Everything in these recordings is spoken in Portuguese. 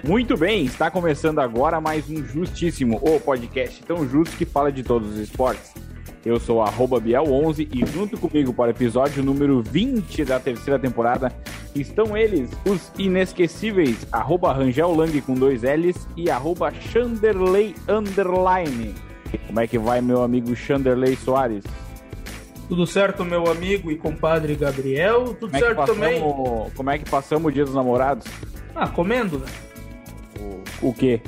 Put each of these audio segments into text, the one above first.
Muito bem, está começando agora mais um Justíssimo, o podcast tão justo que fala de todos os esportes. Eu sou @Biel11 e junto comigo para o episódio número 20 da terceira temporada estão eles, os inesquecíveis, @RangelLang com 2 L's e @Chanderley_. Como é que vai, meu amigo Chanderley Soares? Tudo certo, meu amigo e compadre Gabriel? Tudo certo também? Como é que passamos o Dia dos Namorados? Ah, comendo, né? O quê?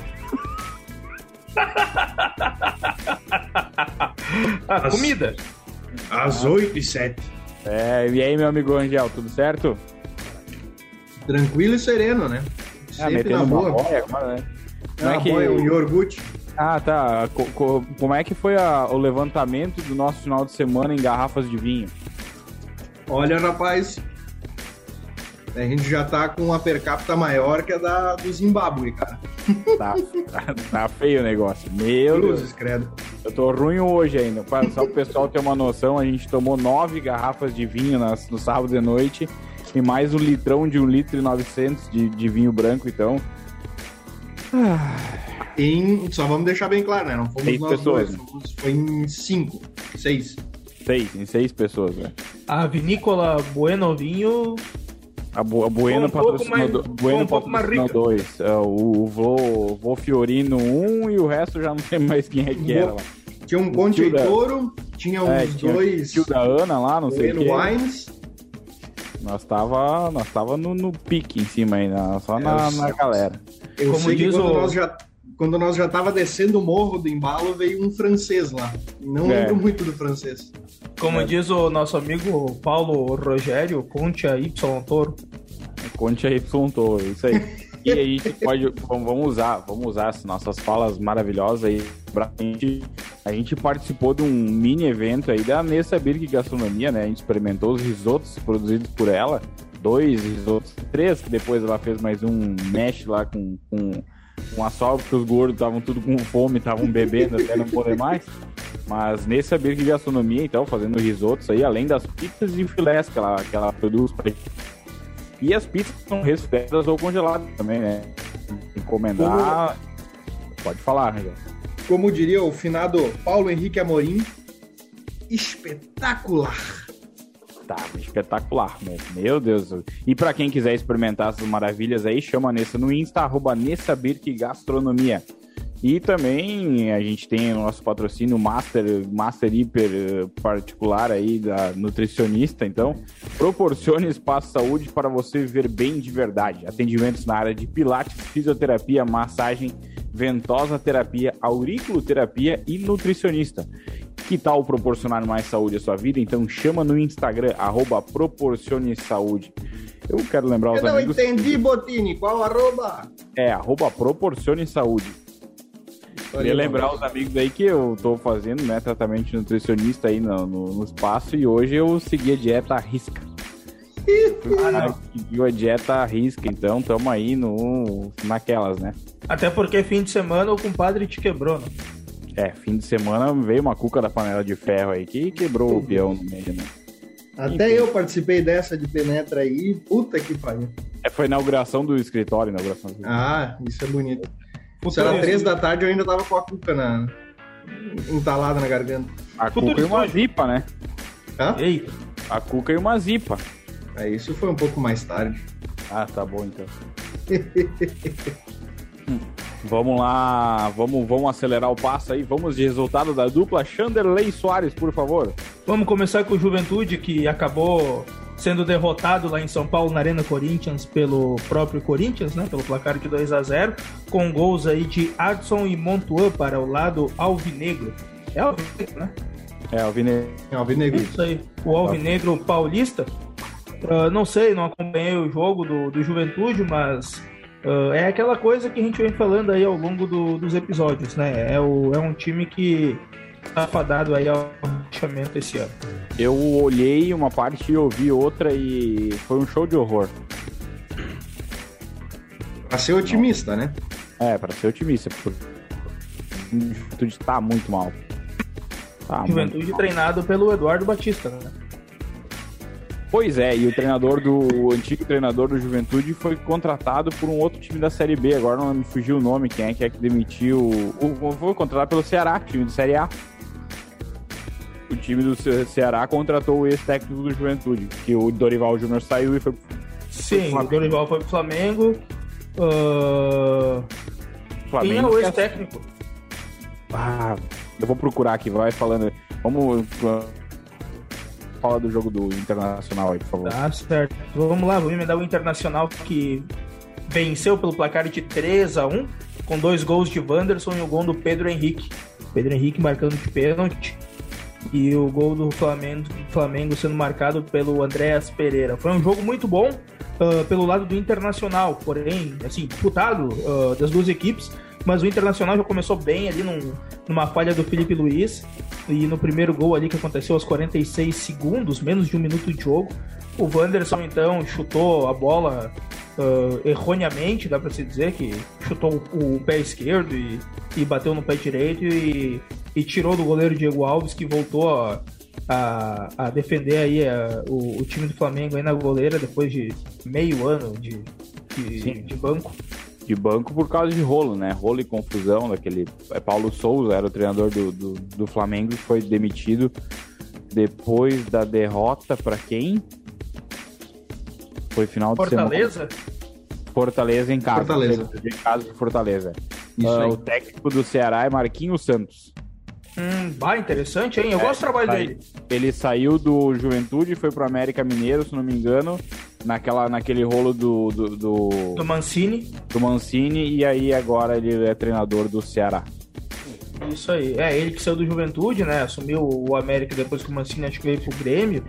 Comida. Às 8h07. E aí, meu amigo Angel, tudo certo? Tranquilo e sereno, né? Sempre na boa. Boia agora, né? Boia, um iogurte. Ah, tá. Como é que foi o levantamento do nosso final de semana em garrafas de vinho? Olha, rapaz, a gente já tá com uma per capita maior que a do Zimbábue, cara. Tá feio o negócio. Meu Deus. Credo. Eu tô ruim hoje ainda. Só pro pessoal ter uma noção, a gente tomou 9 garrafas de vinho no sábado de noite e mais um litrão de 1,9 litro de vinho branco, então... Só vamos deixar bem claro, né? Não fomos 6 nós pessoas. dois, foi em 5, 6. 6 pessoas, né? A vinícola Bueno Vinho... A Bueno patrocinou mais 2. O Vô Fiorino 1 e o resto já não sei mais quem é que era lá. Tinha um Conte e Toro, tinha uns dois... Tio da Ana lá, não sei o que. Wines. Nós tava no pique em cima aí, só na galera. Eu Como sei que diz quando nós já tava descendo o morro do embalo, veio um francês lá. Não lembro muito do francês. Como diz o nosso amigo Paulo Rogério, Conte a Y Toro. Conte a Y Toro, isso aí. E a gente vamos usar as nossas falas maravilhosas aí. A gente participou de um mini evento aí da Nessa Birk Gastronomia, né? A gente experimentou os risotos produzidos por ela. 2 risotos, 3, que depois ela fez mais um mesh lá com a sopa, porque os gordos estavam tudo com fome, estavam bebendo até não poder mais. Mas nesse saber que gastronomia, então, fazendo risotos aí, além das pizzas e filés que ela produz pra gente. E as pizzas são resfriadas ou congeladas também, né? Encomendar. Pode falar, Rangel. Como diria o finado Paulo Henrique Amorim, espetacular. Tá, espetacular, né? Meu Deus. E pra quem quiser experimentar essas maravilhas aí, chama a Nessa no Insta, @NessaBirk Gastronomia. E também a gente tem o nosso patrocínio Master Hiper particular aí da nutricionista, então proporcione espaço saúde para você viver bem de verdade. Atendimentos na área de pilates, fisioterapia, massagem, ventosa terapia, auriculoterapia e nutricionista. Que tal proporcionar mais saúde à sua vida? Então chama no Instagram, @proporcione-saúde. Eu quero lembrar os amigos... Eu não entendi, Botini. Qual arroba? @proporcione-saúde. Queria lembrar os amigos aí que eu tô fazendo, né, tratamento de nutricionista aí no espaço e hoje eu segui a dieta à risca. Seguiu a dieta à risca, então tamo aí naquelas, né? Até porque fim de semana o compadre te quebrou, né? Fim de semana veio uma cuca da panela de ferro aí que quebrou o peão no meio, né? Até eu participei dessa de penetra aí, puta que pariu. Foi a inauguração do escritório, Isso é bonito. Se era 3 da tarde, eu ainda tava com a cuca entalada na garganta. A cuca e uma zipa, né? Hã? Eita. A cuca e uma zipa. Isso foi um pouco mais tarde. Ah, tá bom então. Vamos lá, vamos acelerar o passo aí. Vamos de resultado da dupla Chanderley Soares, por favor. Vamos começar com o Juventude, que acabou sendo derrotado lá em São Paulo, na Arena Corinthians, pelo próprio Corinthians, né? Pelo placar de 2-0, com gols aí de Adson e Montuan para o lado alvinegro. É alvinegro, né? Alvinegro. Isso aí, o alvinegro paulista. Não sei, não acompanhei o jogo do Juventude, mas é aquela coisa que a gente vem falando aí ao longo dos episódios, né? É um time que está fadado aí ao rebaixamento esse ano. Eu olhei uma parte e ouvi outra e foi um show de horror. Pra ser otimista, né? Pra ser otimista, porque o Juventude tá muito mal. Juventude treinado pelo Eduardo Batista, né? Pois é, e o antigo treinador do Juventude foi contratado por um outro time da Série B, agora não me fugiu o nome, quem é que demitiu, foi contratado pelo Ceará, time de Série A. O time do Ceará contratou o ex-técnico do Juventude, que o Dorival Júnior saiu e foi pro Sim, o Dorival foi pro Flamengo. Quem é o ex-técnico? Eu vou procurar aqui, vai falando. Vamos falar do jogo do Internacional aí, por favor. Tá certo. Vamos lá, vamos emendar o Internacional que venceu pelo placar de 3-1, com 2 gols de Wanderson e o gol do Pedro Henrique. Pedro Henrique marcando de pênalti. E o gol do Flamengo sendo marcado pelo Andréas Pereira. Foi um jogo muito bom pelo lado do Internacional, porém, assim, disputado das duas equipes, mas o Internacional já começou bem ali numa falha do Felipe Luiz, e no primeiro gol ali que aconteceu aos 46 segundos, menos de um minuto de jogo, o Wanderson então chutou a bola erroneamente, dá pra se dizer, que chutou o pé esquerdo e bateu no pé direito e tirou do goleiro Diego Alves, que voltou a defender aí o time do Flamengo aí na goleira depois de meio ano de banco. De banco por causa de rolo, né? Rolo e confusão daquele... Paulo Souza era o treinador do Flamengo, que foi demitido depois da derrota para quem? Foi final de semana. Fortaleza em casa. Em casa de Fortaleza. O técnico do Ceará é Marquinhos Santos. Interessante, hein? Eu gosto do trabalho dele. Ele saiu do Juventude e foi pro América Mineiro, se não me engano, naquele rolo do Mancini. Do Mancini, e aí agora ele é treinador do Ceará. Isso aí. Ele que saiu do Juventude, né? Assumiu o América depois que o Mancini acho que veio pro Grêmio.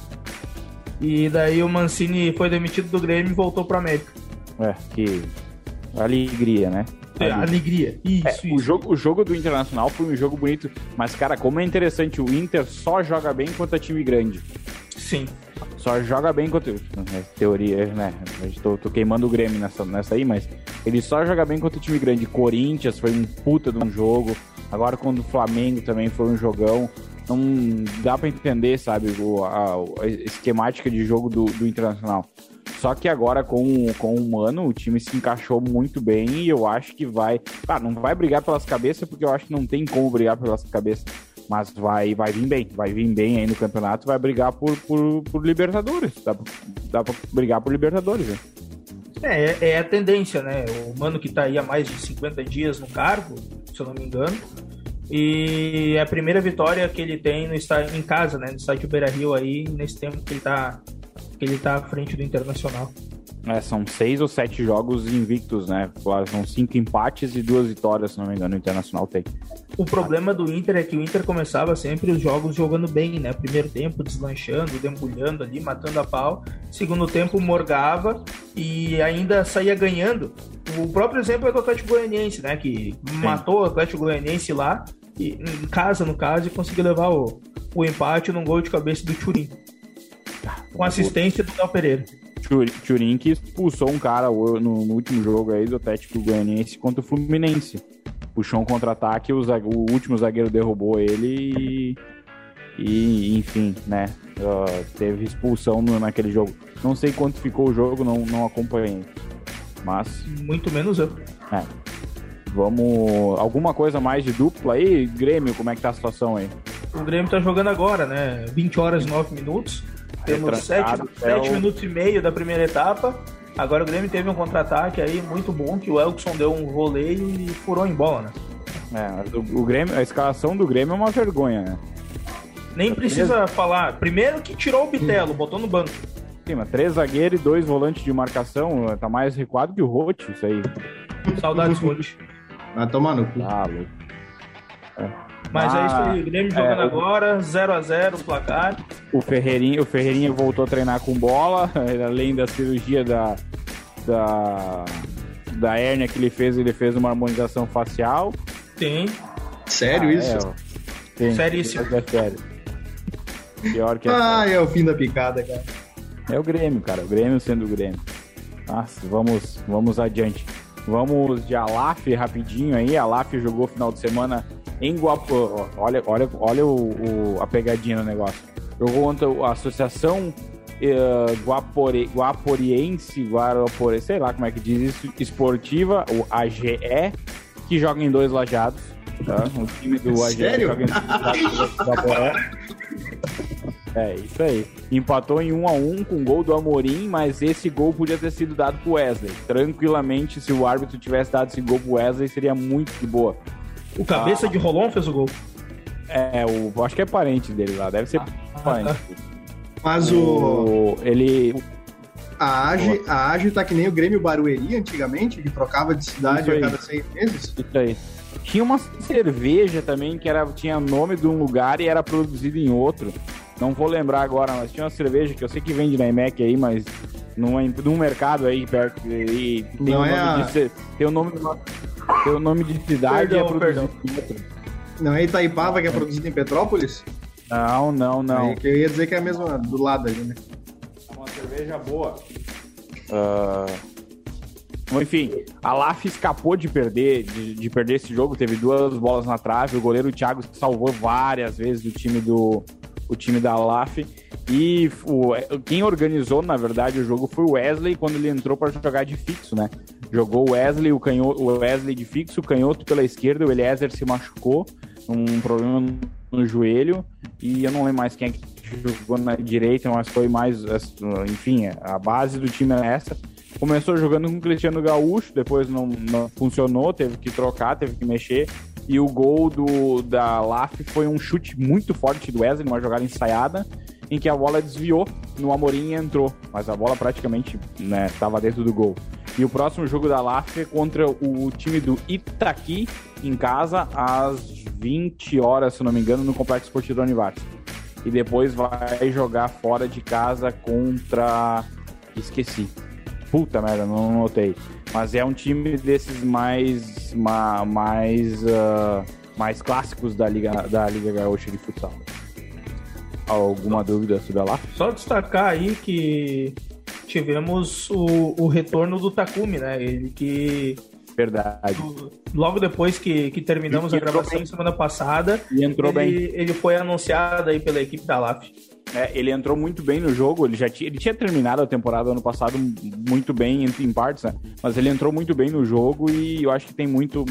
E daí o Mancini foi demitido do Grêmio e voltou pro América. Que alegria, né? Alegria. Isso. O jogo do Internacional foi um jogo bonito, mas, cara, como é interessante, o Inter só joga bem contra time grande. Sim. Só joga bem contra... Teoria, né? Tô queimando o Grêmio nessa aí, mas ele só joga bem contra time grande. Corinthians foi um puta de um jogo. Agora, quando o Flamengo também foi um jogão. Não dá pra entender, sabe, a esquemática de jogo do Internacional. Só que agora, com o Mano, o time se encaixou muito bem e eu acho que vai... não vai brigar pelas cabeças, porque eu acho que não tem como brigar pelas cabeças, mas vai vir bem. Vai vir bem aí no campeonato, vai brigar por Libertadores. Dá pra brigar por Libertadores, né? É a tendência, né? O Mano que tá aí há mais de 50 dias no cargo, se eu não me engano, e é a primeira vitória que ele tem em casa, né? No estádio Beira-Rio aí, nesse tempo que ele tá à frente do Internacional. São 6 ou 7 jogos invictos, né? São 5 empates e 2 vitórias, se não me engano, o Internacional tem. O problema do Inter é que o Inter começava sempre os jogos jogando bem, né? Primeiro tempo deslanchando, dembulhando ali, matando a pau. Segundo tempo morgava e ainda saía ganhando. O próprio exemplo é do Atlético Goianiense, né? Que matou o Atlético Goianiense lá, em casa, no caso, e conseguiu levar o empate num gol de cabeça do Thurin. Com assistência do Léo Pereira. Thurin que expulsou um cara no último jogo aí do Atlético Goianiense contra o Fluminense. Puxou um contra-ataque, o último zagueiro derrubou ele e enfim, né? Teve expulsão naquele jogo. Não sei quanto ficou o jogo, não acompanhei. Mas... Muito menos eu. Vamos... Alguma coisa mais de dupla aí? Grêmio, como é que tá a situação aí? O Grêmio tá jogando agora, né? 20 horas e 9 minutos. Temos 7 minutos e meio da primeira etapa. Agora o Grêmio teve um contra-ataque aí muito bom, que o Elkson deu um voleio e furou em bola, né? O Grêmio, a escalação do Grêmio é uma vergonha, né? Nem precisa falar. Primeiro que tirou o Bitelo, botou no banco. Sim, mas 3 zagueiros e 2 volantes de marcação, tá mais recuado que o Roth, isso aí. Saudades, Roth. Vai tomar no cu. Mas é isso aí, o Grêmio jogando agora, 0-0 o placar. O Ferreirinha voltou a treinar com bola, além da cirurgia da hérnia que ele fez uma harmonização facial. Tem. Sério isso? Seríssimo. É sério. Pior que é o fim da picada, cara. É o Grêmio, cara. O Grêmio sendo o Grêmio. Nossa, vamos adiante. Vamos de Alaf rapidinho aí. Alaf jogou final de semana em Guaporé. Olha a pegadinha no negócio. Jogou contra a Associação Guaporiense, sei lá como é que diz isso, Esportiva, o AGE, que joga em 2 Lajados. Tá? O time do AGE Sério? joga em 2 Lajados. É, isso aí. Empatou em 1-1 com gol do Amorim, mas esse gol podia ter sido dado pro Wesley. Tranquilamente, se o árbitro tivesse dado esse gol pro Wesley, seria muito de boa. O cabeça de Rolon fez o gol. Acho que é parente dele lá, deve ser parente. Mas a AGE tá que nem o Grêmio Barueri antigamente, que trocava de cidade a cada 6 meses. Isso aí. Tinha uma cerveja também que tinha nome de um lugar e era produzido em outro. Não vou lembrar agora, mas tinha uma cerveja que eu sei que vende na IMEC aí, mas num mercado aí perto. E tem o nome de cidade e é produzido em outro. Não é Itaipava que é produzido em Petrópolis? Não. É que eu ia dizer que é a mesma do lado ali, né? Uma cerveja boa. Enfim, a LAF escapou de perder esse jogo, teve 2 bolas na trave, o goleiro Thiago salvou várias vezes o time da LAF, e quem organizou, na verdade, o jogo foi o Wesley quando ele entrou para jogar de fixo, né? Jogou o Wesley, o Wesley de fixo, o canhoto pela esquerda, o Eliezer se machucou, um problema no joelho, e eu não lembro mais quem é que jogou na direita, mas foi mais, enfim, a base do time é essa. Começou jogando com o Cristiano Gaúcho, depois não funcionou, teve que trocar, teve que mexer. E o gol da LAF foi um chute muito forte do Wesley, numa jogada ensaiada, em que a bola desviou no Amorim e entrou. Mas a bola praticamente estava dentro do gol. E o próximo jogo da LAF é contra o time do Itaqui, em casa, às 20 horas, se não me engano, no Complexo Esportivo da Universidade. E depois vai jogar fora de casa contra... Esqueci. Puta merda, não notei. Mas é um time desses mais clássicos da Liga Gaúcha de Futsal. Alguma dúvida sobre a LAF? Só destacar aí que tivemos o retorno do Takumi, né? Ele que... Verdade. Logo depois que terminamos a gravação semana passada, ele foi anunciado aí pela equipe da LAF. Ele entrou muito bem no jogo, ele tinha terminado a temporada ano passado muito bem em partes, né? Mas ele entrou muito bem no jogo e eu acho que tem muito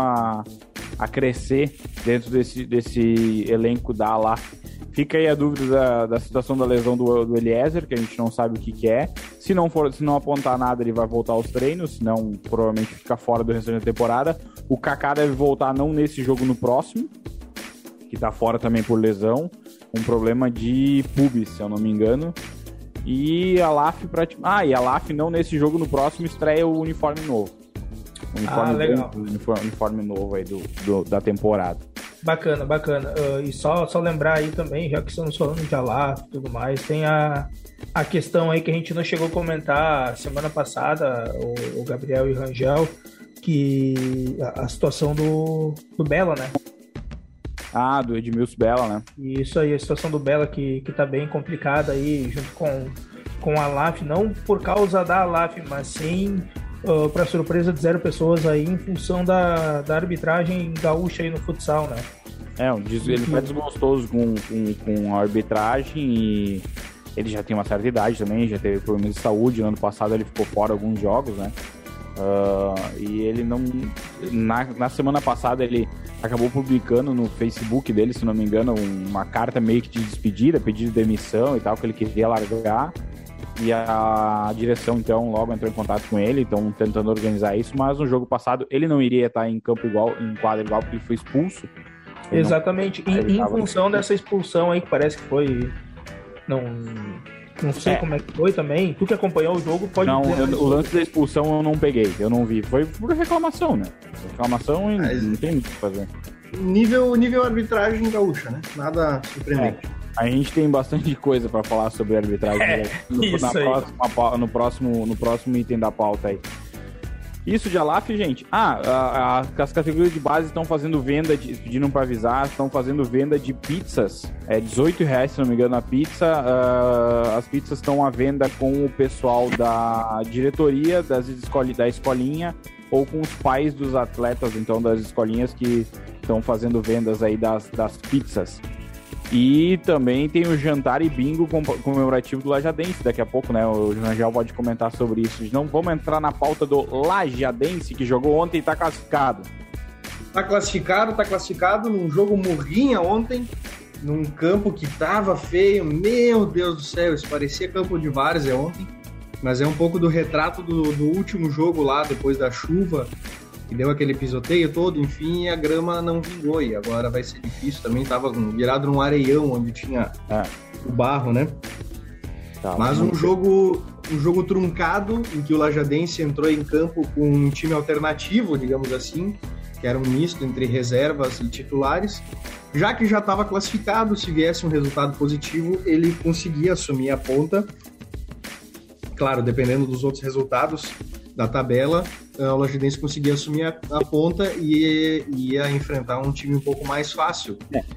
a crescer dentro desse elenco da LAF. Fica aí a dúvida da situação da lesão do Eliezer, que a gente não sabe o que é. Se não apontar nada, ele vai voltar aos treinos, senão provavelmente fica fora do restante da temporada. O Kaká deve voltar não nesse jogo, no próximo, que tá fora também por lesão. Um problema de pubis, se eu não me engano. E a LAF e a LAF não nesse jogo, no próximo estreia o uniforme novo. Legal. Uniforme novo aí da temporada. Bacana. E só lembrar aí também, já que estamos falando de LAF e tudo mais, tem a questão aí que a gente não chegou a comentar semana passada, o Gabriel e o Rangel, que a situação do Bela, né? Do Edmilson Bela, né? Isso aí, a situação do Bela que tá bem complicada aí, junto com a LAF, não por causa da LAF, mas sim para surpresa de 0 pessoas aí, em função da arbitragem gaúcha aí no futsal, né? Ele tá desgostoso com a arbitragem e ele já tem uma certa idade também, já teve problemas de saúde, no ano passado ele ficou fora alguns jogos, né? E ele não... Na semana passada ele acabou publicando no Facebook dele, se não me engano, uma carta meio que de despedida, pedido de demissão e tal, que ele queria largar. E a direção, então, logo entrou em contato com ele, então tentando organizar isso, mas no jogo passado ele não iria estar em campo igual, em quadra igual, porque ele foi expulso. Exatamente, em função dessa expulsão aí, que parece que foi... Não sei como é que foi também. Tu que acompanhou o jogo pode dizer. O lance da expulsão eu não peguei, eu não vi. Foi por reclamação, né? Reclamação e não tem muito o que fazer. Nível arbitragem gaúcha, né? Nada surpreendente. A gente tem bastante coisa pra falar sobre arbitragem no próximo item da pauta aí. Isso de Alaf, gente. As categorias de base estão fazendo venda, pediram para avisar, estão fazendo venda de pizzas. É R$18, se não me engano, a pizza. As pizzas estão à venda com o pessoal da diretoria da escolinha ou com os pais dos atletas, então, das escolinhas que estão fazendo vendas aí das pizzas. E também tem o jantar e bingo comemorativo do Lajadense daqui a pouco, né? O Rangel pode comentar sobre isso. Não vamos entrar na pauta do Lajadense, que jogou ontem e tá classificado. Tá classificado num jogo morrinha ontem, num campo que tava feio. Meu Deus do céu, isso parecia campo de várzea ontem. Mas é um pouco do retrato do último jogo lá, depois da chuva, que deu aquele pisoteio todo, enfim, e a grama não vingou, e agora vai ser difícil. Também tava virado num areião, onde tinha o barro, né? Tá, mas um jogo truncado, em que o Lajadense entrou em campo com um time alternativo, digamos assim, que era um misto entre reservas e titulares. Já que já estava classificado, se viesse um resultado positivo, ele conseguia assumir a ponta. Claro, dependendo dos outros resultados da tabela, o Lajadense conseguia assumir a ponta e ia enfrentar um time um pouco mais fácil.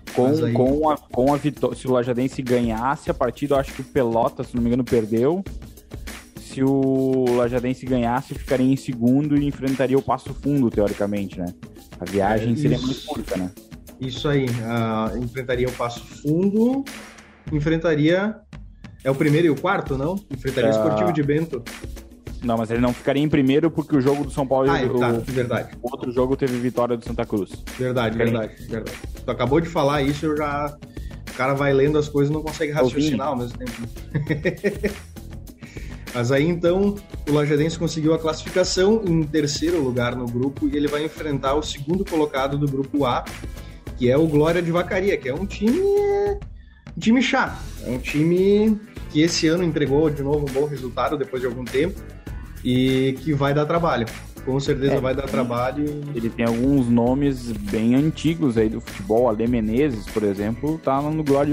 Com a vitória, se o Lajadense ganhasse a partida, eu acho que o Pelotas, se não me engano, perdeu. Se o Lajadense ganhasse, ficaria em segundo e enfrentaria o Passo Fundo, teoricamente, né? A viagem seria muito curta, né? Isso aí, enfrentaria o Passo Fundo, enfrentaria... É o primeiro e o quarto, não? Enfrentaria o Esportivo de Bento. Não, mas ele não ficaria em primeiro porque o jogo do São Paulo... verdade. O outro jogo teve vitória do Santa Cruz. Verdade. Tu acabou de falar isso, eu já... O cara vai lendo as coisas e não consegue raciocinar ao mesmo tempo. Mas aí, então, o Lajadense conseguiu a classificação em terceiro lugar no grupo e ele vai enfrentar o segundo colocado do grupo A, que é o Glória de Vacaria, que é um time chato. É um time que esse ano entregou de novo um bom resultado depois de algum tempo e que vai dar trabalho. Com certeza vai dar trabalho. Ele tem alguns nomes bem antigos aí do futebol. Ale Menezes, por exemplo, tá no Glória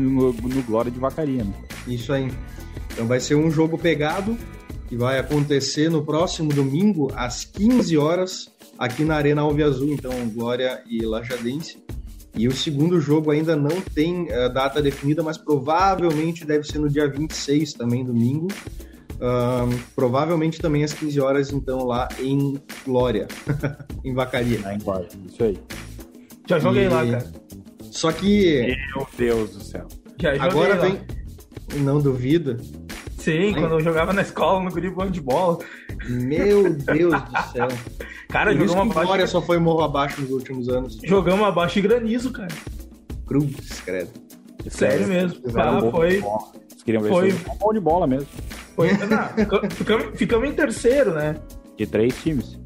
de Vacaria. Né? Isso aí. Então vai ser um jogo pegado que vai acontecer no próximo domingo às 15 horas aqui na Arena Alviazul. Então, Glória e Lajadense. E o segundo jogo ainda não tem data definida, mas provavelmente deve ser no dia 26, também domingo. Provavelmente também às 15 horas, então, lá em Glória, em Vacaria. Em Glória, isso aí. Já joguei lá, cara. Só que... Meu Deus do céu. Já joguei agora lá. Vem... Não duvida? Sim, quando eu jogava na escola, no guri de bola. Meu Deus do céu. Cara, jogamos abaixo. Glória só foi morro abaixo nos últimos anos. Jogamos abaixo de granizo, cara. Cruz, credo. Sério mesmo. Foi. Eles queriam ver se foi um bom de bola mesmo. Ficamos em terceiro, né? De 3 times.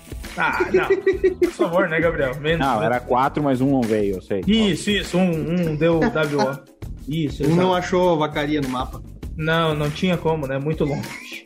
Não. Por favor, né, Gabriel? Não, era 4, mas um não veio, eu sei. Isso. Um deu WO. Isso. Um não achou Vacaria no mapa. Não tinha como, né? Muito longe.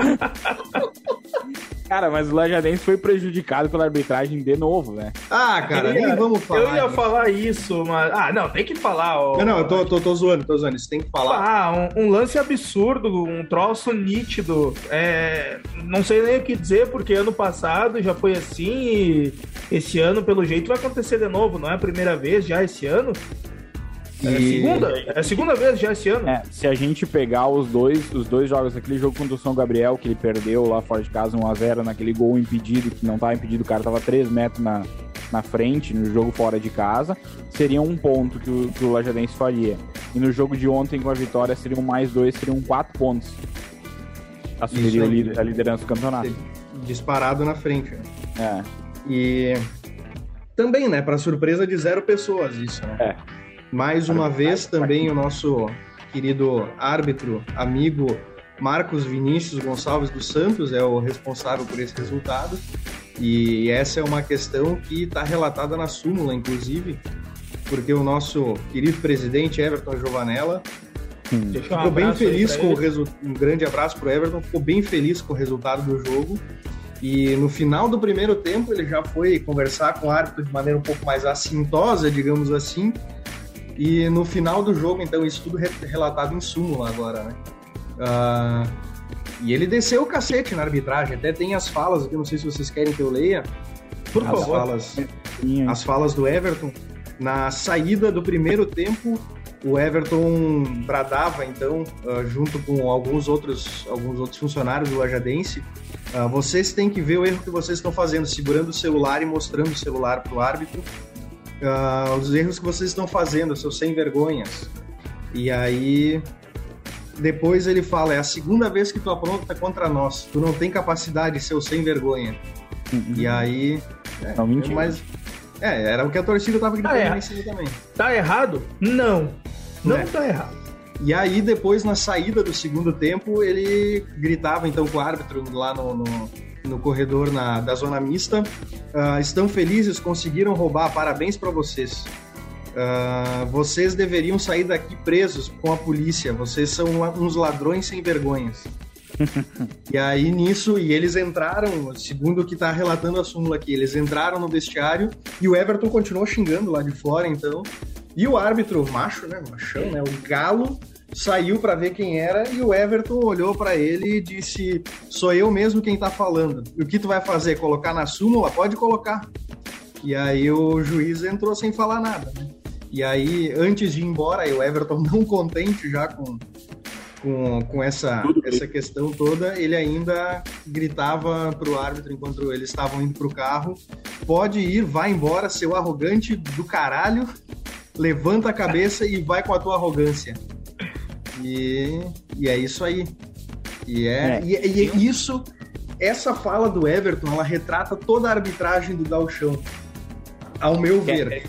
Cara, mas o Lajadense foi prejudicado pela arbitragem de novo, né? Cara, nem vamos falar. Eu ia falar isso, mas... não, tem que falar. Não, eu tô zoando. Você tem que falar. Um lance absurdo, um troço nítido. Não sei nem o que dizer, porque ano passado já foi assim e esse ano, pelo jeito, vai acontecer de novo. Não é a primeira vez já esse ano. É a segunda vez já esse ano. Se a gente pegar os dois jogos, aquele jogo contra o São Gabriel, que ele perdeu lá fora de casa 1-0, naquele gol impedido, que não estava impedido, o cara tava 3 metros na frente, no jogo fora de casa, seria um ponto que o Lajadense faria. E no jogo de ontem, com a vitória, seriam mais 2, seriam 4 pontos. Assumiria a liderança do campeonato. Disparado na frente. Né? E também, né, para surpresa de 0 pessoas, isso, né? Mais uma vez, também o nosso querido árbitro, amigo Marcos Vinícius Gonçalves dos Santos é o responsável por esse resultado. E essa é uma questão que está relatada na súmula, inclusive, porque o nosso querido presidente Everton Giovanella ficou bem feliz com o resultado. Um grande abraço para o Everton, ficou bem feliz com o resultado do jogo. E no final do primeiro tempo, ele já foi conversar com o árbitro de maneira um pouco mais assintosa, digamos assim. E no final do jogo, então, isso tudo relatado em súmula agora, né? E ele desceu o cacete na arbitragem. Até tem as falas aqui, não sei se vocês querem que eu leia. Por favor. As falas do Everton. Na saída do primeiro tempo, o Everton bradava, então, junto com alguns outros funcionários do Lajadense, vocês têm que ver o erro que vocês estão fazendo, segurando o celular e mostrando o celular para o árbitro. os erros que vocês estão fazendo, seus sem vergonhas. E aí, depois ele fala, é a segunda vez que tu apronta contra nós, tu não tem capacidade, seu sem vergonha. E aí... Não, mentira. Mas, era o que a torcida tava gritando em cima também. Tá errado? Não. Não tá errado. E aí, depois, na saída do segundo tempo, ele gritava, então, com o árbitro lá no corredor da zona mista. Estão felizes, conseguiram roubar, parabéns para vocês. Vocês deveriam sair daqui presos com a polícia, vocês são uns ladrões sem vergonhas. E aí, nisso, e eles entraram, segundo o que tá relatando a súmula aqui, eles entraram no vestiário e o Everton continuou xingando lá de fora, então... E o árbitro, machão, né, o Galo, saiu para ver quem era e o Everton olhou para ele e disse, sou eu mesmo quem tá falando. E o que tu vai fazer? Colocar na súmula? Pode colocar. E aí o juiz entrou sem falar nada, né? E aí, antes de ir embora, o Everton não contente já com essa questão toda, ele ainda gritava pro árbitro enquanto eles estavam indo pro carro, pode ir, vai embora, seu arrogante do caralho, levanta a cabeça e vai com a tua arrogância. E é isso aí. Isso, essa fala do Everton, ela retrata toda a arbitragem do Gauchão. Ao meu ver.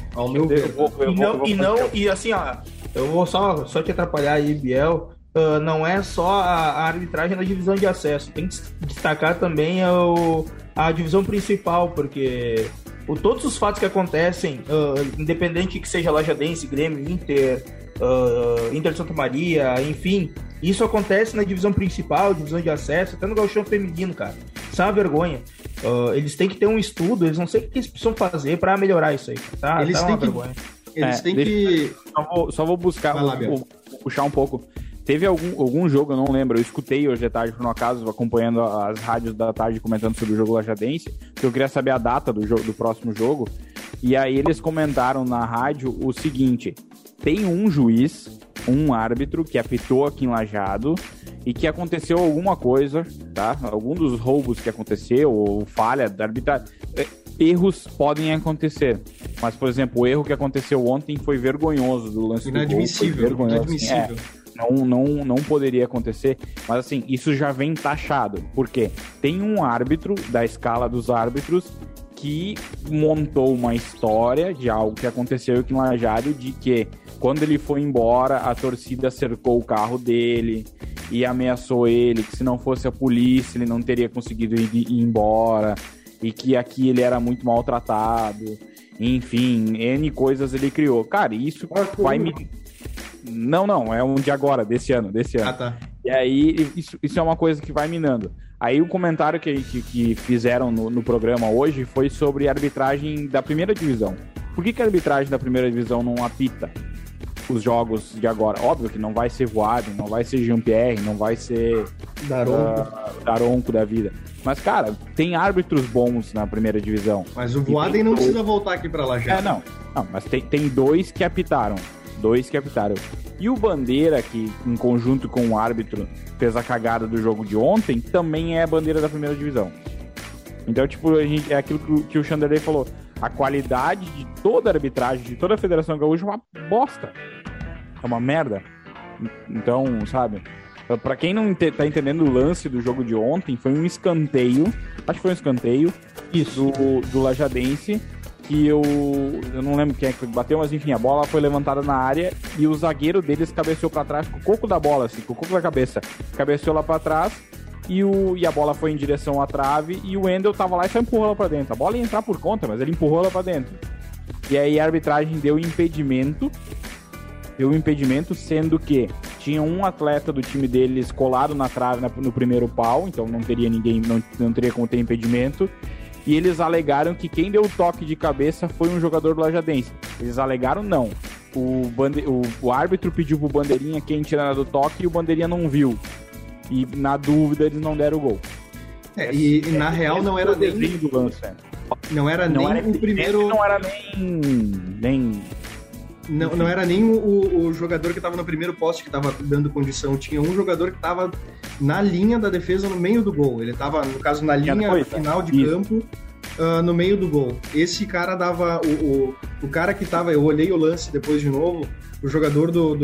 E assim, ó, eu vou só te atrapalhar aí, Biel. Não é só a arbitragem da divisão de acesso. Tem que destacar também a divisão principal, porque todos os fatos que acontecem, independente que seja Lajadense, Grêmio, Inter Santa Maria, enfim, isso acontece na divisão principal, divisão de acesso, até no gauchão feminino, cara. Isso é uma vergonha. Eles têm que ter um estudo, eles não sei o que eles precisam fazer pra melhorar isso aí, tá? Eles têm vergonha. Eles têm que... Só vou buscar, vou puxar um pouco. Teve algum jogo, eu não lembro, eu escutei hoje à tarde, por um acaso, acompanhando as rádios da tarde, comentando sobre o jogo Lajadense, que eu queria saber a data do próximo jogo, e aí eles comentaram na rádio o seguinte, tem um juiz, um árbitro, que apitou aqui em Lajeado, e que aconteceu alguma coisa, tá? Algum dos roubos que aconteceu, ou falha da arbitragem, erros podem acontecer, mas, por exemplo, o erro que aconteceu ontem foi vergonhoso do lance do gol. Inadmissível. Não poderia acontecer, mas assim, isso já vem taxado, porque tem um árbitro da escala dos árbitros que montou uma história de algo que aconteceu aqui em Lajeado, de que quando ele foi embora, a torcida cercou o carro dele e ameaçou ele, que se não fosse a polícia ele não teria conseguido ir embora, e que aqui ele era muito maltratado, enfim, N coisas ele criou. Cara, isso vai me... Não, é um de agora, desse ano. Ah, tá. E aí, isso é uma coisa que vai minando. Aí o comentário que fizeram no programa hoje foi sobre a arbitragem da primeira divisão. Por que a arbitragem da primeira divisão não apita os jogos de agora? Óbvio que não vai ser Voaden, não vai ser Jean-Pierre, não vai ser Daronco da vida. Mas, cara, tem árbitros bons na primeira divisão. Mas o Voaden não precisa voltar aqui pra Lajeado. Não, mas tem dois que apitaram. E o Bandeira, que em conjunto com o árbitro fez a cagada do jogo de ontem, também é a bandeira da primeira divisão. Então, tipo, é aquilo que o Chanderley falou. A qualidade de toda a arbitragem, de toda a Federação Gaúcha é uma bosta. É uma merda. Então, sabe? Pra quem não tá entendendo o lance do jogo de ontem, foi um escanteio. Acho que foi um escanteio. Isso. Do Lajadense. Que eu não lembro quem é que bateu, mas enfim, a bola foi levantada na área e o zagueiro deles cabeceou pra trás com o coco da bola, assim, com o coco da cabeça. Cabeceou lá pra trás e a bola foi em direção à trave e o Wendel tava lá e só empurrou ela pra dentro. A bola ia entrar por conta, mas ele empurrou ela pra dentro. E aí a arbitragem deu impedimento, sendo que tinha um atleta do time deles colado na trave no primeiro pau, então não teria ninguém, não teria como ter impedimento. E eles alegaram que quem deu o toque de cabeça foi um jogador do Lajadense. Eles alegaram não. O árbitro pediu pro Bandeirinha quem tirar do toque e o Bandeirinha não viu. E na dúvida eles não deram o gol. Na real não era nem... do lance, não era nem o primeiro... Não era nem... Não era nem o jogador que estava no primeiro poste que estava dando condição. Tinha um jogador que estava na linha da defesa, no meio do gol. Ele estava, no caso, na linha final de campo, no meio do gol. Esse cara dava... o cara que tava, eu olhei o lance depois de novo, o jogador do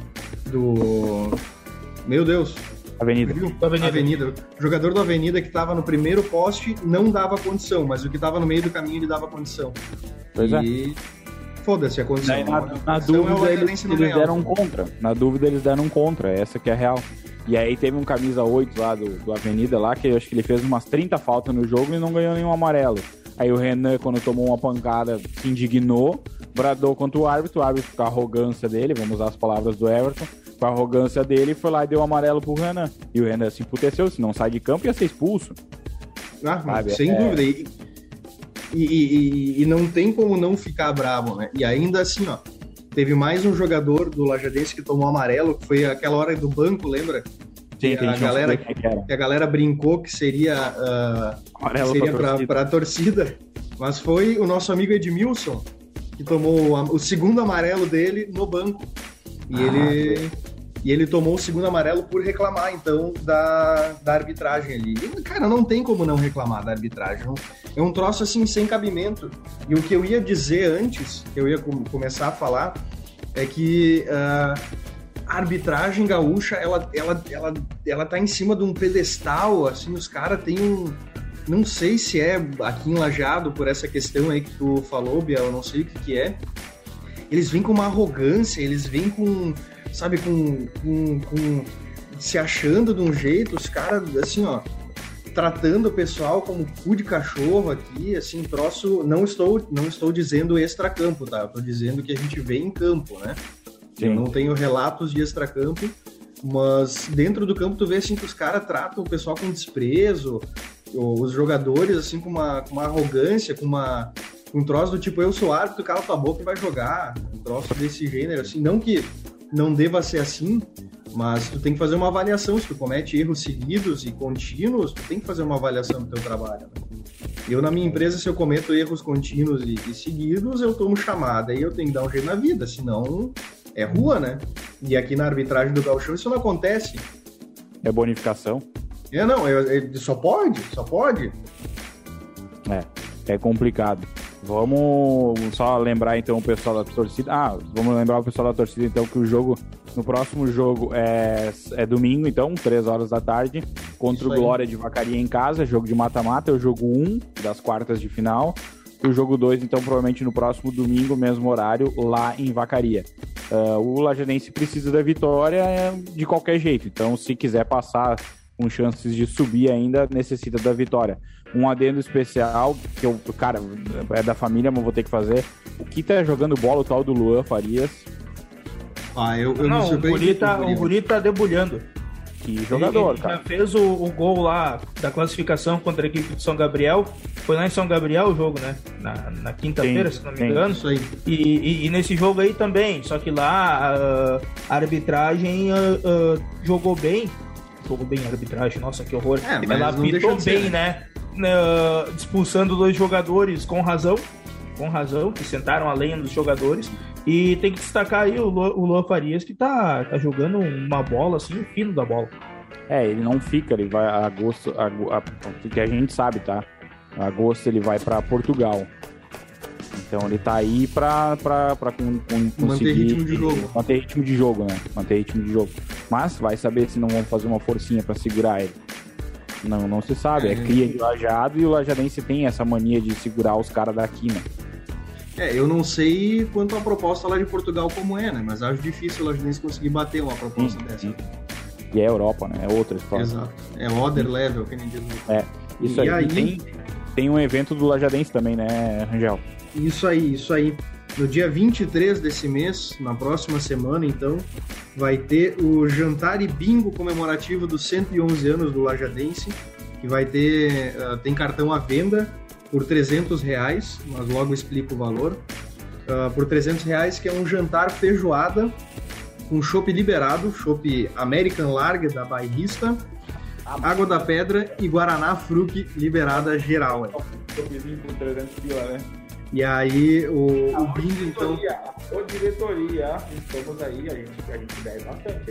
meu Deus, Avenida. Avenida. O jogador do Avenida que tava no primeiro poste não dava condição, mas o que tava no meio do caminho ele dava condição. Pois foda-se a condição. Daí, na dúvida eles deram contra. Na dúvida eles deram contra, essa que é a real. E aí teve um camisa 8 lá do Avenida lá, que eu acho que ele fez umas 30 faltas no jogo e não ganhou nenhum amarelo. Aí o Renan, quando tomou uma pancada, se indignou, bradou contra o árbitro com a arrogância dele, vamos usar as palavras do Everton, com a arrogância dele, foi lá e deu um amarelo pro Renan. E o Renan se emputeceu, se não sai de campo ia ser expulso. Sem dúvida. E não tem como não ficar bravo, né? E ainda assim, ó, teve mais um jogador do Lajadense que tomou amarelo, que foi aquela hora do banco, lembra? Sim, que a galera brincou que seria para a torcida, mas foi o nosso amigo Edmilson que tomou o segundo amarelo dele no banco. E ele tomou o segundo amarelo por reclamar, então, da arbitragem ali. E, cara, não tem como não reclamar da arbitragem. É um troço, assim, sem cabimento. E o que eu ia dizer antes, que eu ia começar a falar, é que a arbitragem gaúcha, ela tá em cima de um pedestal, assim, os caras têm um... Não sei se é aqui em Lajeado, por essa questão aí que tu falou, Biel, eu não sei o que é. Eles vêm com uma arrogância, eles vêm com... sabe, com se achando de um jeito, os caras, assim, ó, tratando o pessoal como cu de cachorro aqui, assim, troço, não estou dizendo extracampo, tá? Eu tô dizendo que a gente vê em campo, né? Sim. Eu não tenho relatos de extracampo, mas dentro do campo tu vê, assim, que os caras tratam o pessoal com desprezo, os jogadores, assim, com uma arrogância, com um troço do tipo, eu sou árbitro, cala tua boca e vai jogar, um troço desse gênero, assim, não que não deva ser assim, mas tu tem que fazer uma avaliação. Se tu comete erros seguidos e contínuos, tu tem que fazer uma avaliação do teu trabalho, né? Eu, na minha empresa, se eu cometo erros contínuos e seguidos, eu tomo chamada e eu tenho que dar um jeito na vida, senão é rua, né? E aqui na arbitragem do Gauchão isso não acontece. É bonificação? Só pode. É complicado. Vamos só lembrar então o pessoal da torcida. Vamos lembrar o pessoal da torcida então que no próximo jogo é domingo, então, 3 horas da tarde, contra o Glória de Vacaria em casa, jogo de mata-mata, é o jogo 1 das quartas de final. E o jogo 2, então, provavelmente no próximo domingo, mesmo horário, lá em Vacaria. O Lajadense precisa da vitória de qualquer jeito, então se quiser passar com chances de subir ainda, necessita da vitória. Um adendo especial, que eu, cara, é da família, mas vou ter que fazer. O que tá jogando bola, o tal do Luan Farias? O Guri tá debulhando. Que jogador, ele cara. Já fez o gol lá da classificação contra a equipe de São Gabriel. Foi lá em São Gabriel o jogo, né? Na quinta-feira, se não me engano. Isso aí. E nesse jogo aí também. Só que lá a arbitragem jogou bem. Jogou bem a arbitragem, nossa, que horror. Ela apitou bem, né? Expulsando 2 jogadores com razão, que sentaram a lenha dos jogadores. E tem que destacar aí o Luan Farias, que tá jogando uma bola, assim, o fino da bola. Ele não fica, ele vai a agosto, que a gente sabe, tá? A agosto ele vai pra Portugal. Então ele tá aí pra conseguir manter ritmo de jogo. Manter ritmo de jogo. Mas vai saber se não vão fazer uma forcinha pra segurar ele. Não se sabe. É cria de Lajeado e o Lajadense tem essa mania de segurar os caras daqui, né? Eu não sei quanto a proposta lá de Portugal como é, né? Mas acho difícil o Lajadense conseguir bater uma proposta dessa. Sim. E é Europa, né? É outra história. Exato. É other level, que nem diz. Isso aí. Tem um evento do Lajadense também, né, Rangel? Isso aí. No dia 23 desse mês, na próxima semana, então, vai ter o jantar e bingo comemorativo dos 111 anos do Lajadense, que vai ter, tem cartão à venda por R$300, mas logo explico o valor. Por R$300, que é um jantar feijoada com chopp liberado, chopp American Lager da Bairrista, Água da Pedra e Guaraná Fruc liberada geral. Choppzinho por 300 pila, né? E aí o bingo, então... diretoria, estamos aí, a gente deve bastante.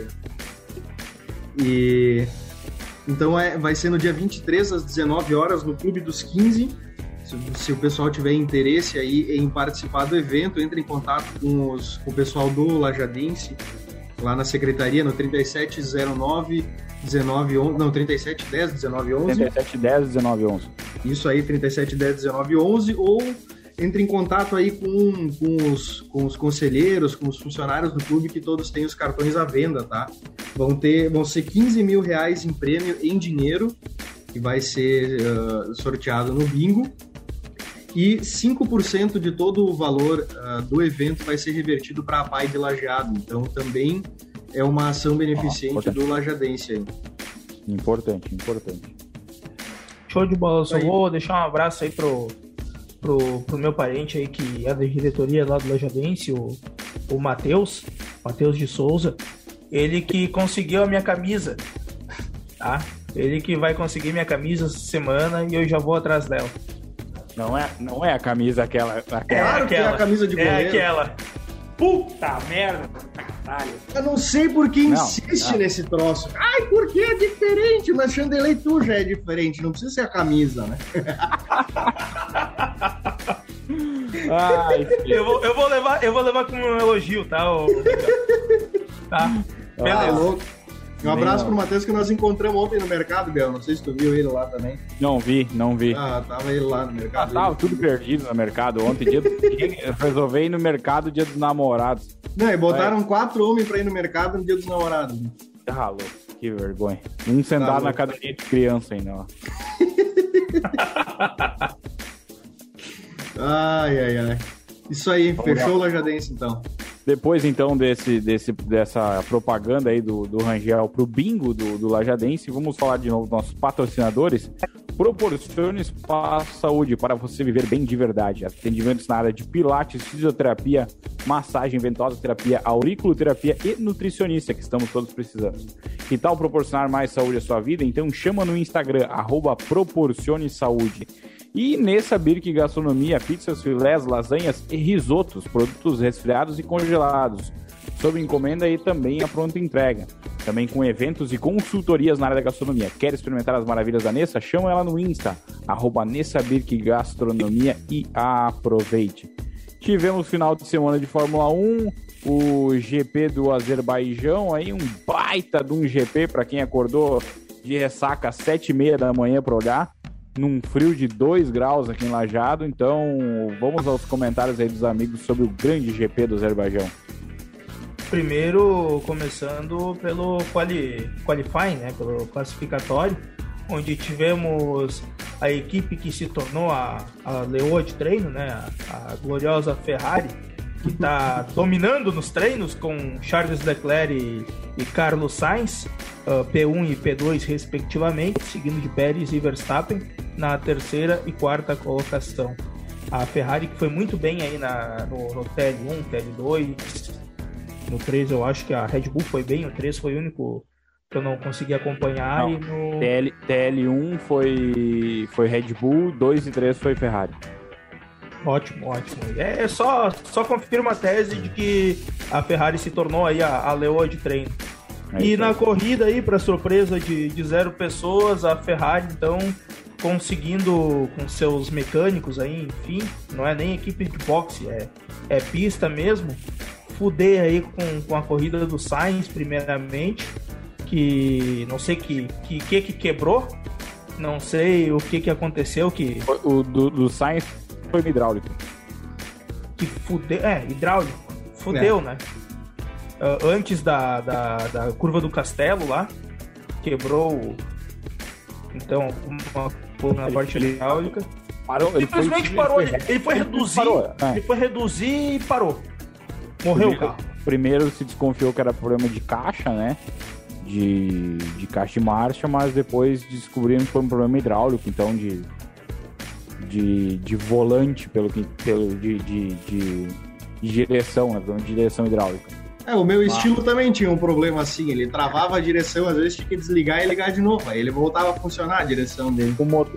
E... Então vai ser no dia 23, às 19 horas, no Clube dos 15. Se o pessoal tiver interesse aí em participar do evento, entre em contato com o pessoal do Lajadense, lá na secretaria, no 3709 1911, não, 3710 1911. 3710 1911. Isso aí, 3710 1911, ou entre em contato aí com os conselheiros, com os funcionários do clube, que todos têm os cartões à venda, tá? Vão ser 15 mil reais em prêmio em dinheiro, que vai ser sorteado no bingo, e 5% de todo o valor do evento vai ser revertido para a PAI de Lajeado. Então, também é uma ação beneficente do Lajadense aí. Importante. Show de bola. Só vou deixar um abraço aí pro meu parente aí, que é da diretoria lá do Lajadense, o Matheus de Souza. Ele que conseguiu a minha camisa, tá? Ele que vai conseguir minha camisa essa semana e eu já vou atrás dela. Não é a camisa aquela. Claro que é a camisa de goleiro. É aquela. Puta merda, caralho. Eu não sei por que insiste nesse troço. Ai, porque é diferente, mas Chandelei tu já é diferente, não precisa ser a camisa, né? Ai, eu vou levar como um elogio, tá? Tá. Beleza. Louco. Um abraço pro Matheus, que nós encontramos ontem no mercado, Bel. Não sei se tu viu ele lá também. Não vi. Ah, tava ele lá no mercado. Tava tudo perdido no mercado ontem. Resolvi ir no mercado dia dos namorados. Não, e botaram 4 homens pra ir no mercado no dia dos namorados. Tá louco, que vergonha. Um sentado na cadeirinha de criança ainda, ó. Ai. Isso aí, fechou o Lajadense, então. Depois, então, dessa propaganda aí do Rangel pro bingo do Lajadense, vamos falar de novo dos nossos patrocinadores. Proporcione Espaço Saúde para você viver bem de verdade. Atendimentos na área de pilates, fisioterapia, massagem ventosa, terapia, auriculoterapia e nutricionista, que estamos todos precisando. Que tal proporcionar mais saúde à sua vida? Então chama no Instagram, @proporcione saúde. E Nessa Birk Gastronomia, pizzas, filés, lasanhas e risotos, produtos resfriados e congelados, sob encomenda e também a pronta entrega. Também com eventos e consultorias na área da gastronomia. Quer experimentar as maravilhas da Nessa? Chama ela no Insta, @Nessa Birk Gastronomia, e aproveite. Tivemos final de semana de Fórmula 1, o GP do Azerbaijão, aí um baita de um GP para quem acordou de ressaca às 7h30 da manhã para olhar, num frio de 2 graus aqui em Lajeado. Então vamos aos comentários aí dos amigos sobre o grande GP do Azerbaijão. Primeiro, começando pelo qualifying, né, pelo classificatório, onde tivemos a equipe que se tornou a leoa de treino, né, a gloriosa Ferrari, que está dominando nos treinos com Charles Leclerc e Carlos Sainz, P1 e P2 respectivamente, seguindo de Pérez e Verstappen na terceira e quarta colocação. A Ferrari, que foi muito bem aí no TL1, TL2, no 3 eu acho que a Red Bull foi bem, o 3 foi o único que eu não consegui acompanhar. Não, e no TL1 foi Red Bull, 2 e 3 foi Ferrari. Ótimo. É só confirma a tese de que a Ferrari se tornou aí a leoa de treino. E na corrida aí, para surpresa de 0 pessoas, a Ferrari então conseguindo com seus mecânicos aí, enfim, não é nem equipe de boxe, é pista mesmo, fuder aí com a corrida do Sainz primeiramente, que não sei que quebrou, não sei o que aconteceu, que o do Sainz foi hidráulico. Que fudeu, hidráulico, fudeu, né? Antes da curva do Castelo lá, quebrou, então, uma coisa na parte hidráulica. Parou, simplesmente parou, ele foi reduzir, ele foi reduzir e parou. Morreu o carro. Primeiro se desconfiou que era problema de caixa, né? De caixa de marcha, mas depois descobriram que foi um problema hidráulico, então de volante, de direção, né? Problema de direção hidráulica. O meu estilo também tinha um problema assim, ele travava a direção, às vezes tinha que desligar e ligar de novo, aí ele voltava a funcionar a direção dele. O motor.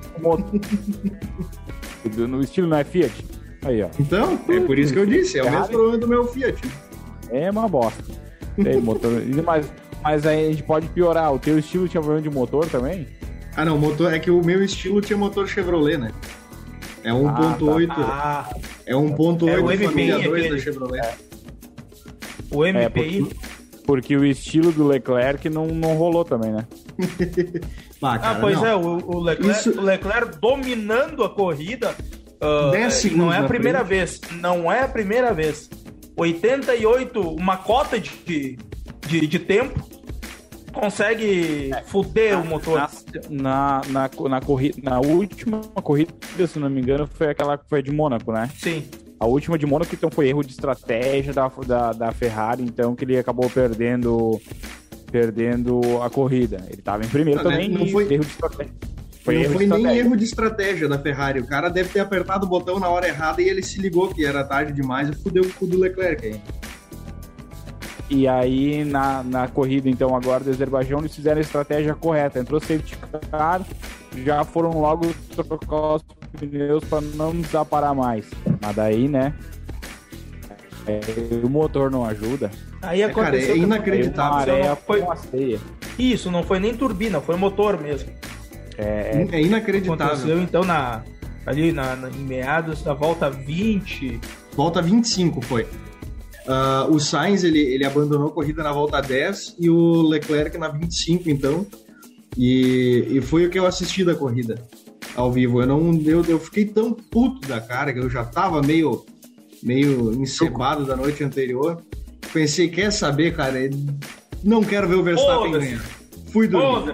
No estilo não é Fiat? Aí, ó. Então, é por isso que eu disse, é o mesmo problema do meu Fiat. É uma bosta. Motor. Mas aí a gente pode piorar, o teu estilo tinha problema de motor também? Não, motor, é que o meu estilo tinha motor Chevrolet, né? É 1.8. É 1.8 É o família MPI 2 da aquele. Chevrolet. O MPI. Porque o estilo do Leclerc não rolou também, né? Cara, Pois não. é, o Leclerc dominando a corrida. 10 segundos não é a na primeira frente. vez. Não é a primeira vez. 88, uma cota de tempo, consegue fuder o motor. Na última corrida, se não me engano, foi aquela que foi de Mônaco, né? Sim. A última de Mônaco, então, foi erro de estratégia da Ferrari, então, que ele acabou perdendo a corrida. Ele estava em primeiro também, não foi erro de estratégia. Não foi nem erro de estratégia da Ferrari. O cara deve ter apertado o botão na hora errada e ele se ligou que era tarde demais e fudeu o cu do Leclerc aí. E aí, na corrida, então, agora do Azerbaijão, eles fizeram a estratégia correta. Entrou safety car, já foram logo trocar os pneus para não precisar parar mais. Mas daí, né, o motor não ajuda. Aí aconteceu. Cara, é inacreditável. Isso, não foi nem turbina, foi motor mesmo. É inacreditável. Aconteceu, então, em meados da volta 20. Volta 25 foi. O Sainz, ele abandonou a corrida na volta 10 e o Leclerc na 25, então. E foi o que eu assisti da corrida ao vivo. Eu fiquei tão puto da cara que eu já tava meio encebado da noite anterior. Pensei, quer saber, cara? Não quero ver o Verstappen ganhar. Fui dormir.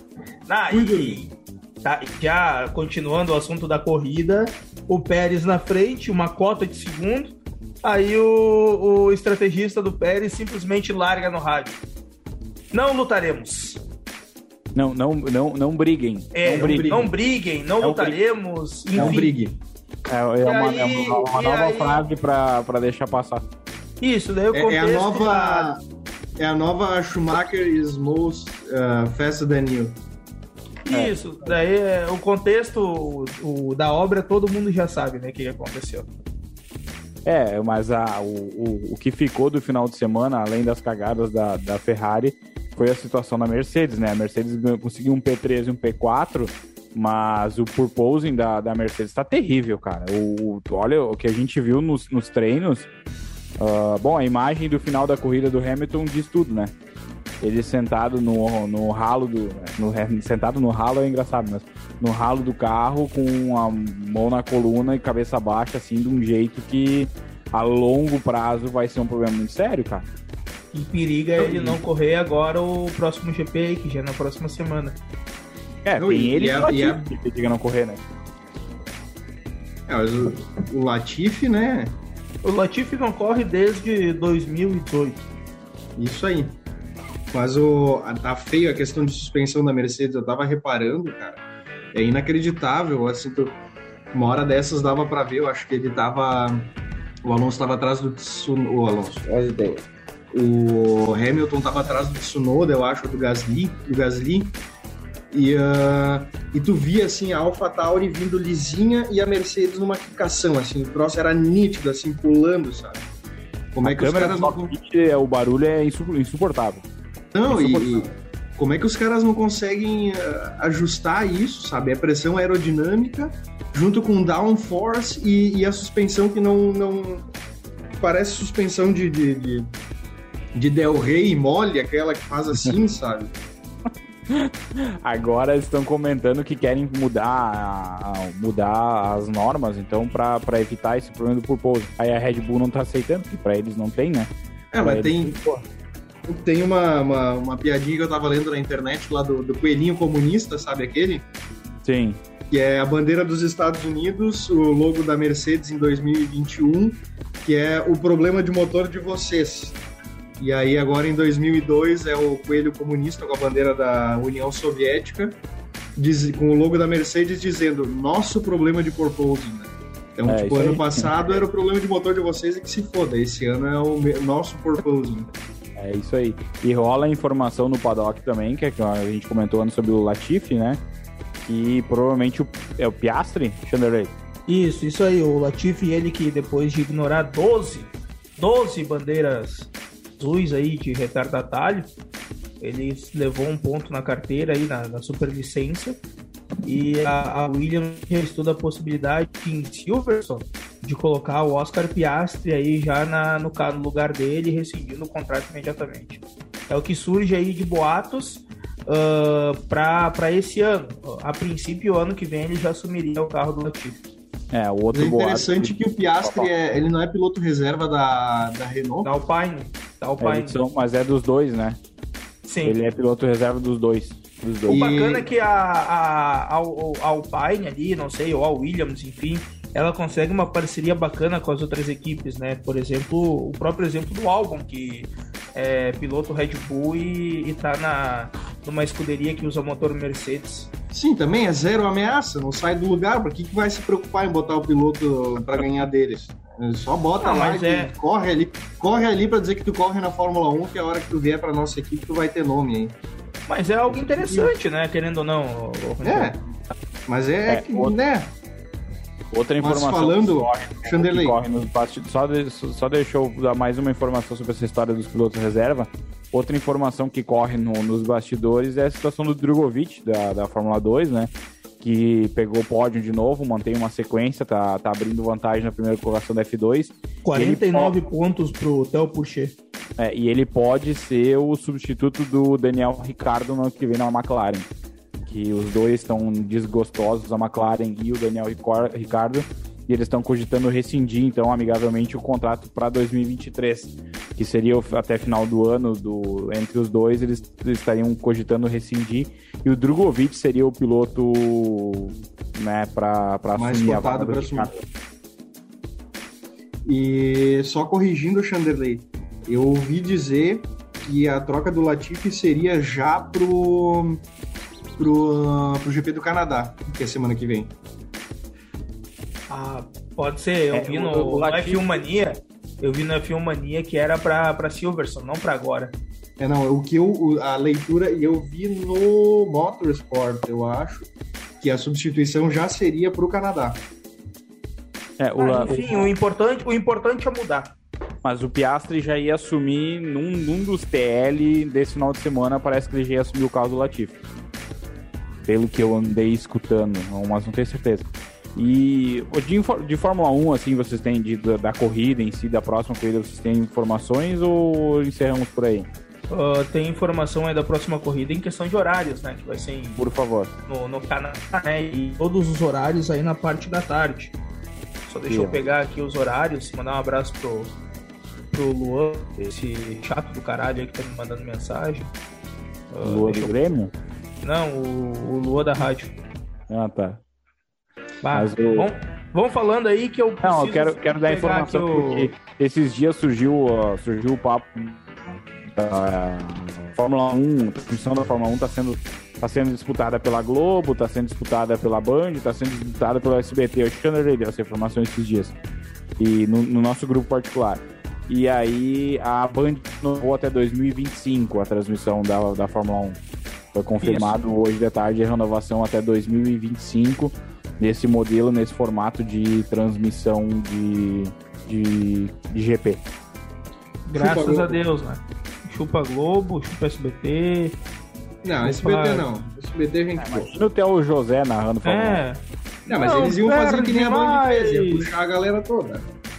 Já continuando o assunto da corrida, o Pérez na frente, uma cota de segundo. Aí o estrategista do Pérez simplesmente larga no rádio: não lutaremos. Não briguem. Não briguem, não lutaremos. Enfim. Não brigue. É uma nova frase pra deixar passar. Isso, daí o contexto... É a nova Schumacher is most faster than you. Isso, daí o contexto da obra todo mundo já sabe, né, o que aconteceu. Mas o que ficou do final de semana, além das cagadas da Ferrari, foi a situação da Mercedes, né? A Mercedes conseguiu um P3 e um P4, mas o purposing da Mercedes tá terrível, cara. Olha o que a gente viu nos treinos. A imagem do final da corrida do Hamilton diz tudo, né? Ele sentado no ralo sentado no ralo é engraçado, mas no ralo do carro com a mão na coluna e cabeça baixa, assim, de um jeito que a longo prazo vai ser um problema muito sério, cara. E periga ele não correr agora o próximo GP aí, que já é na próxima semana. Tem ele que diga não correr, né? Mas o Latifi, né? O Latifi não corre desde 2018. Isso aí. Mas tá feio a questão de suspensão da Mercedes, eu tava reparando, cara. É inacreditável, assim, uma hora dessas dava pra ver, eu acho que o Alonso tava atrás do Tsunoda, o Hamilton tava atrás do Tsunoda, eu acho, do Gasly, e tu via, assim, a AlphaTauri vindo lisinha e a Mercedes numa quicação, assim, o troço era nítido, assim, pulando, sabe? Como é que os caras o barulho é insuportável. Não, e como é que os caras não conseguem ajustar isso, sabe? A pressão aerodinâmica junto com downforce e a suspensão que não parece suspensão de Del Rey mole, aquela que faz assim, sabe? Agora eles estão comentando que querem mudar as normas, então, para evitar esse problema do purpose. Aí a Red Bull não tá aceitando, porque para eles não tem, né? Mas tem uma piadinha que eu tava lendo na internet lá do coelhinho comunista, sabe aquele? Sim. Que é a bandeira dos Estados Unidos, o logo da Mercedes em 2021, que é o problema de motor de vocês. E aí agora em 2002 é o coelho comunista com a bandeira da União Soviética, com o logo da Mercedes dizendo nosso problema de porpoising, né? Então, ano passado era o problema de motor de vocês e que se foda, esse ano é o nosso porpoising. É isso aí. E rola a informação no paddock também, que a gente comentou antes sobre o Latifi, né? Que provavelmente é o Piastri, Chanderley. Isso aí. O Latifi, ele que depois de ignorar 12 bandeiras azuis aí de retardatário, ele levou um ponto na carteira aí, na superlicença, E a Williams já estuda a possibilidade em Silverstone de colocar o Oscar Piastri aí já no lugar dele, rescindindo o contrato imediatamente. É o que surge aí de boatos para esse ano. A princípio, o ano que vem ele já assumiria o carro do Latifi. O outro interessante boato que o Piastri ele não é piloto reserva da Renault. Da Alpine. Mas é dos dois, né? Sim. Ele é piloto reserva dos dois. O bacana é que a Alpine ali, não sei, ou a Williams, enfim, ela consegue uma parceria bacana com as outras equipes, né? Por exemplo, o próprio exemplo do Albon, que é piloto Red Bull e tá numa escuderia que usa motor Mercedes. Sim, também é zero ameaça, não sai do lugar. Por que vai se preocupar em botar o piloto para ganhar deles? Só bota lá e corre ali para dizer que tu corre na Fórmula 1, que a hora que tu vier para nossa equipe tu vai ter nome, hein? Mas é algo interessante, né? Querendo ou não. Mas que, né? Outra informação. Mas falando, Chanderley. Só deixa eu dar mais uma informação sobre essa história dos pilotos reserva. Outra informação que corre nos bastidores é a situação do Drogovic, da Fórmula 2, né? Que pegou o pódio de novo, mantém uma sequência, tá abrindo vantagem na primeira colocação da F2. 49 pontos pro Theo Pourchaire. E ele pode ser o substituto do Daniel Ricciardo no ano que vem na McLaren. Que os dois estão desgostosos, a McLaren e o Daniel Ricciardo, e eles estão cogitando rescindir, então, amigavelmente, o contrato para 2023, que seria até final do ano, entre os dois, eles estariam cogitando rescindir, e o Drogovic seria o piloto, né, para assumir a vaga do Ricciardo. E só corrigindo o Chanderley, eu ouvi dizer que a troca do Latifi seria já pro GP do Canadá, que é semana que vem. Pode ser. Eu vi no F1 Mania. Eu vi no F1 Mania que era pra Silverstone, não pra agora. A leitura, eu vi no Motorsport, eu acho, que a substituição já seria pro Canadá. Enfim, o importante é mudar. Mas o Piastri já ia assumir num dos TL desse final de semana, parece que ele já ia assumir o carro do Latifi. Pelo que eu andei escutando, mas não tenho certeza. E de Fórmula 1, assim, vocês têm da corrida em si, da próxima corrida, vocês têm informações ou encerramos por aí? Tem informação aí da próxima corrida em questão de horários, né? Que vai ser por favor. No Canadá, né? E todos os horários aí na parte da tarde. Só deixa eu pegar aqui os horários, mandar um abraço pro Luan, esse chato do caralho aí que tá me mandando mensagem. Luan do Grêmio? Não, o Luan da rádio. Tá. Vamos falando aí que eu preciso... Não, eu quero dar informação porque esses dias surgiu o papo da Fórmula 1, a transmissão da Fórmula 1 tá sendo disputada pela Globo, tá sendo disputada pela Band, tá sendo disputada pelo SBT. Eu acho que eu dei essa informação esses dias. E no nosso grupo particular. E aí a Band renovou até 2025 a transmissão da Fórmula 1. Foi confirmado hoje de tarde a renovação até 2025 nesse modelo, nesse formato de transmissão de GP. Graças a Deus, né? Chupa Globo, chupa SBT. Não, SBT não. SBT a gente... Imagina até o José narrando Fórmula 1. Não, mas eles iam fazer que nem a Band fez, ia puxar a galera toda.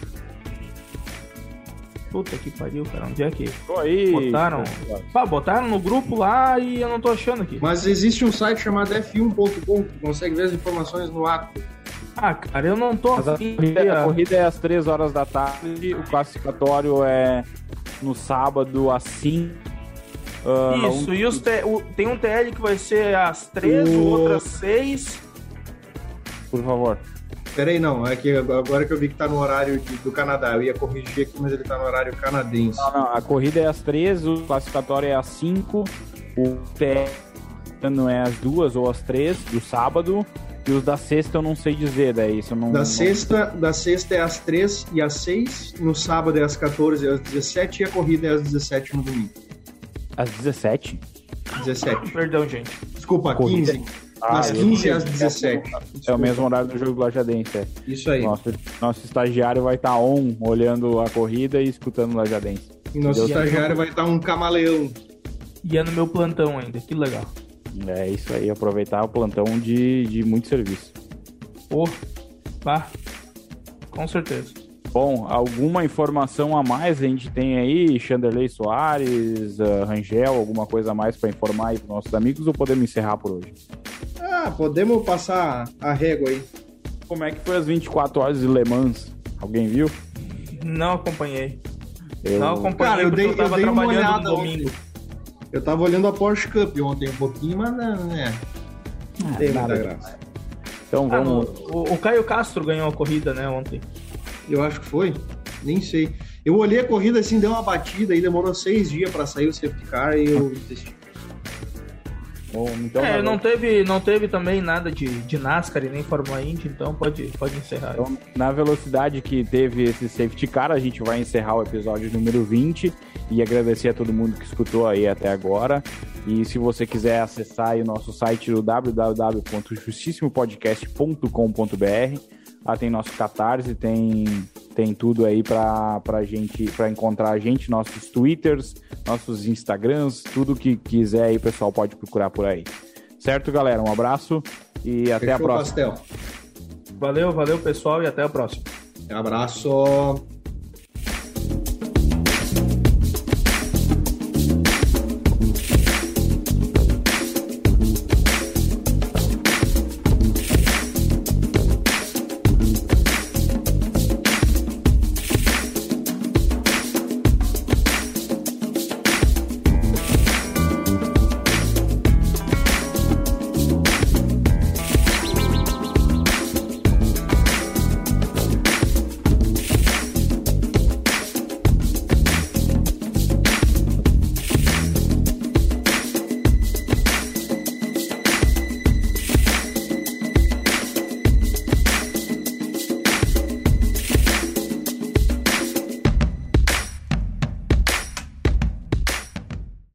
Puta que pariu, cara. Onde é que aí, botaram no grupo lá e eu não tô achando aqui. Mas existe um site chamado f1.com que consegue ver as informações no ato. Cara, eu não tô afim. A corrida é às 3 horas da tarde, o classificatório é no sábado às 5. Isso, e tem um TL que vai ser às 3, o outro às 6. Por favor. Peraí, não, é que agora que eu vi que tá no horário do Canadá, eu ia corrigir aqui, mas ele tá no horário canadense. Não, a corrida é às 3, o classificatório é às 5, o TL não é às 2 ou às 3 do sábado, e os da sexta eu não sei dizer, daí isso eu não... Da sexta é às 3 e às 6, no sábado é às 14 e às 17, e a corrida é às 17 no domingo. Às 17? 17. Perdão, gente. Desculpa, 15. Das 15 às 17. É o mesmo horário do jogo do Lajadense. Isso aí. Nosso estagiário vai estar olhando a corrida e escutando o Lajadense. E nosso estagiário vai estar um camaleão. E é no meu plantão ainda, que legal. É isso aí, aproveitar o plantão de muito serviço. Com certeza. Bom, alguma informação a mais a gente tem aí? Chanderley Soares, Rangel, alguma coisa a mais para informar aí para nossos amigos ou podemos encerrar por hoje? Podemos passar a régua aí. Como é que foi as 24 horas de Le Mans? Alguém viu? Não acompanhei. Cara, eu dei uma olhada no domingo. Eu tava olhando a Porsche Cup ontem um pouquinho, mas né? Não tem muita graça. Então vamos... O Caio Castro ganhou a corrida, né, ontem. Eu acho que foi. Nem sei. Eu olhei a corrida assim, deu uma batida e demorou 6 dias pra sair o safety car e eu desisti. Bom, então não teve também nada de NASCAR e nem Fórmula Indy, então pode encerrar. Então, na velocidade que teve esse safety car, a gente vai encerrar o episódio número 20 e agradecer a todo mundo que escutou aí até agora. E se você quiser acessar aí o nosso site do www.justissimopodcast.com.br, lá tem nosso Catarse, tem tudo aí pra encontrar a gente, nossos Twitters, nossos Instagrams, tudo que quiser aí, pessoal, pode procurar por aí. Certo, galera? Um abraço e até a próxima. Pastel. Valeu, pessoal, e até a próxima. Abraço.